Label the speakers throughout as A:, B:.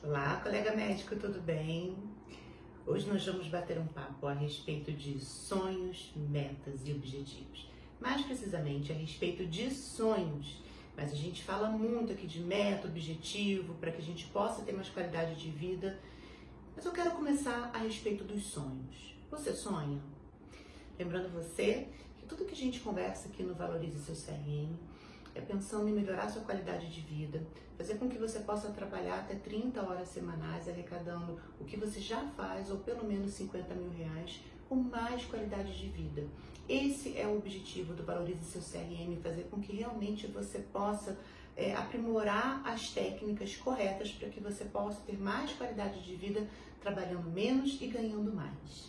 A: Olá, colega médico, tudo bem? Hoje nós vamos bater um papo a respeito de sonhos, metas e objetivos. Mais precisamente a respeito de sonhos, mas a gente fala muito aqui de meta, objetivo, para que a gente possa ter mais qualidade de vida. Mas eu quero começar a respeito dos sonhos. Você sonha? Lembrando você que tudo que a gente conversa aqui no Valorize Seu CRM é pensando em melhorar sua qualidade de vida, fazer com que você possa trabalhar até 30 horas semanais, arrecadando o que você já faz, ou pelo menos 50 mil reais, com mais qualidade de vida. Esse é o objetivo do Valorize Seu CRM, fazer com que realmente você possa aprimorar as técnicas corretas para que você possa ter mais qualidade de vida, trabalhando menos e ganhando mais.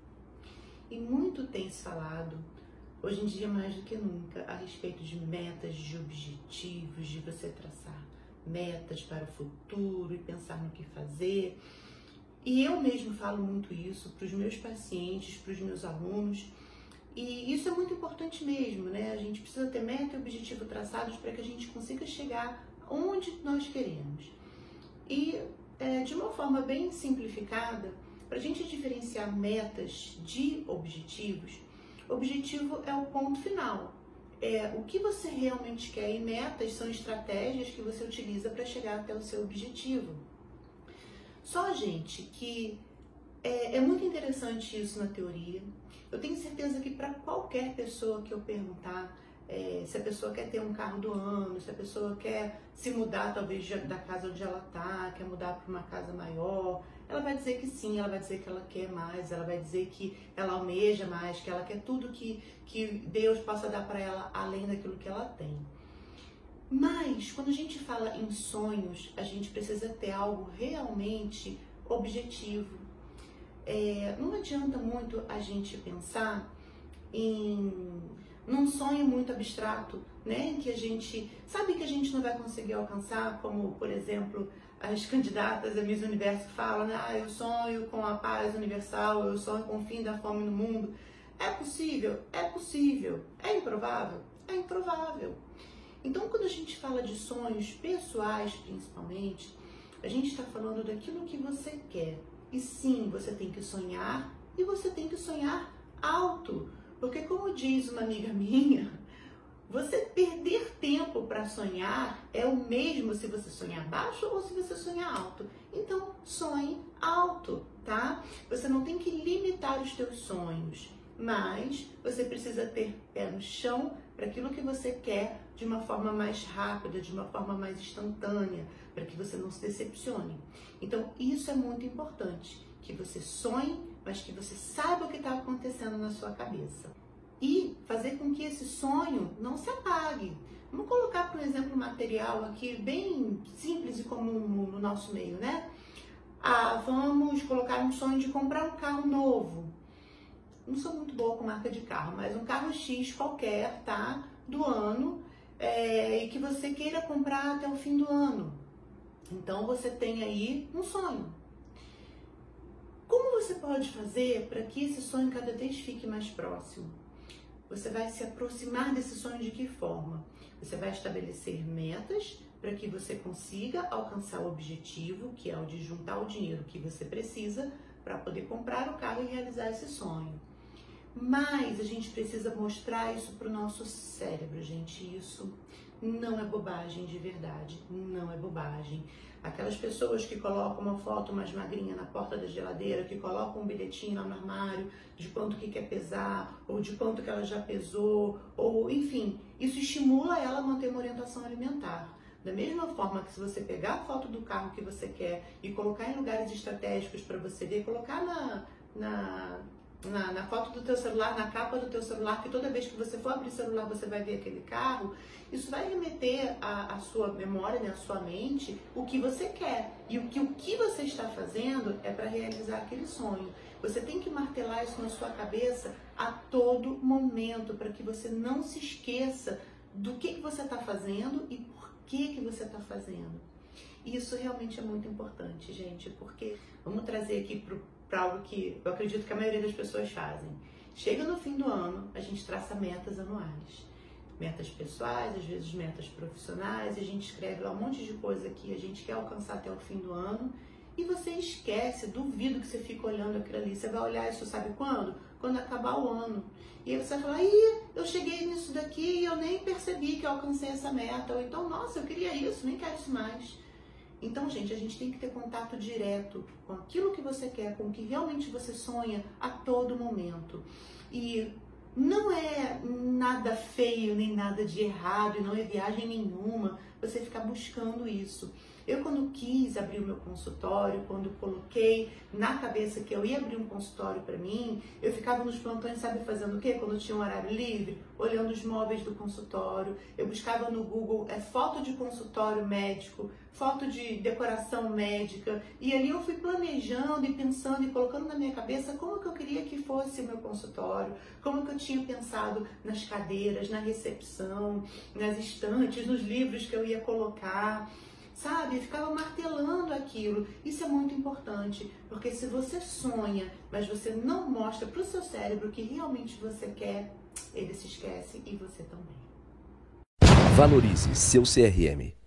A: E muito tem se falado, hoje em dia mais do que nunca, a respeito de metas, de objetivos, de você traçar metas para o futuro e pensar no que fazer. E eu mesmo falo muito isso para os meus pacientes, para os meus alunos, e isso é muito importante mesmo, né? A gente precisa ter meta e objetivo traçados para que a gente consiga chegar onde nós queremos. E de uma forma bem simplificada, para a gente diferenciar metas de objetivos, objetivo é o ponto final, é o que você realmente quer, e metas são estratégias que você utiliza para chegar até o seu objetivo. Só, gente, que é muito interessante isso na teoria. Eu tenho certeza que para qualquer pessoa que eu perguntar, se a pessoa quer ter um carro do ano, se a pessoa quer se mudar talvez da casa onde ela está, quer mudar para uma casa maior, ela vai dizer que sim, ela vai dizer que ela quer mais, ela vai dizer que ela almeja mais, que ela quer tudo que Deus possa dar para ela além daquilo que ela tem. Mas quando a gente fala em sonhos, a gente precisa ter algo realmente objetivo. Não adianta muito a gente pensar num sonho muito abstrato, né? Que a gente sabe que a gente não vai conseguir alcançar, como, por exemplo, as candidatas a Miss Universo falam, né? Eu sonho com a paz universal, eu sonho com o fim da fome no mundo. É possível? É possível. É improvável? É improvável. Então, quando a gente fala de sonhos pessoais, principalmente, a gente está falando daquilo que você quer. E sim, você tem que sonhar, e você tem que sonhar alto. Porque, como diz uma amiga minha, você perder tempo para sonhar é o mesmo se você sonhar baixo ou se você sonhar alto. Então, sonhe alto, tá? Você não tem que limitar os teus sonhos, mas você precisa ter pé no chão para aquilo que você quer de uma forma mais rápida, de uma forma mais instantânea, para que você não se decepcione. Então, isso é muito importante, que você sonhe, mas que você saiba o que está acontecendo na sua cabeça. E fazer com que esse sonho não se apague. Vamos colocar, por exemplo, um material aqui bem simples e comum no nosso meio, né? Vamos colocar um sonho de comprar um carro novo. Não sou muito boa com marca de carro, mas um carro X qualquer, tá? Do ano, e que você queira comprar até o fim do ano. Então você tem aí um sonho. Como você pode fazer para que esse sonho cada vez fique mais próximo? Você vai se aproximar desse sonho de que forma? Você vai estabelecer metas para que você consiga alcançar o objetivo, que é o de juntar o dinheiro que você precisa para poder comprar o carro e realizar esse sonho. Mas a gente precisa mostrar isso para o nosso cérebro, gente. Isso não é bobagem de verdade, não é bobagem. Aquelas pessoas que colocam uma foto mais magrinha na porta da geladeira, que colocam um bilhetinho lá no armário de quanto que quer pesar, ou de quanto que ela já pesou, ou enfim, isso estimula ela a manter uma orientação alimentar. Da mesma forma que se você pegar a foto do carro que você quer e colocar em lugares estratégicos para você ver, colocar na foto do teu celular, na capa do teu celular, que toda vez que você for abrir o celular você vai ver aquele carro, isso vai remeter à sua memória, né, à sua mente, o que você quer. E o que você está fazendo é para realizar aquele sonho. Você tem que martelar isso na sua cabeça a todo momento, para que você não se esqueça do que você está fazendo e por que você está fazendo. E isso realmente é muito importante, gente, porque vamos trazer aqui para algo que eu acredito que a maioria das pessoas fazem. Chega no fim do ano, a gente traça metas anuais. metas pessoais, às vezes metas profissionais, e a gente escreve lá um monte de coisa que a gente quer alcançar até o fim do ano, e você esquece, duvido que você fique olhando aquilo ali. Você vai olhar isso, sabe quando? Quando acabar o ano. E aí você vai falar, ih, eu cheguei nisso daqui e eu nem percebi que eu alcancei essa meta. Ou então, nossa, eu queria isso, nem quero isso mais. Então, gente, a gente tem que ter contato direto com aquilo que você quer, com o que realmente você sonha a todo momento. E não é nada feio, nem nada de errado, e não é viagem nenhuma você ficar buscando isso. Eu, quando quis abrir o meu consultório, quando coloquei na cabeça que eu ia abrir um consultório para mim, eu ficava nos plantões, sabe, fazendo o quê? Quando eu tinha um horário livre, olhando os móveis do consultório, eu buscava no Google foto de consultório médico, foto de decoração médica, e ali eu fui planejando e pensando e colocando na minha cabeça como que eu queria que fosse o meu consultório, como que eu tinha pensado nas cadeiras, na recepção, nas estantes, nos livros que eu ia colocar. Sabe, eu ficava martelando aquilo. Isso é muito importante, porque se você sonha, mas você não mostra para o seu cérebro o que realmente você quer, ele se esquece e você também.
B: Valorize seu CRM.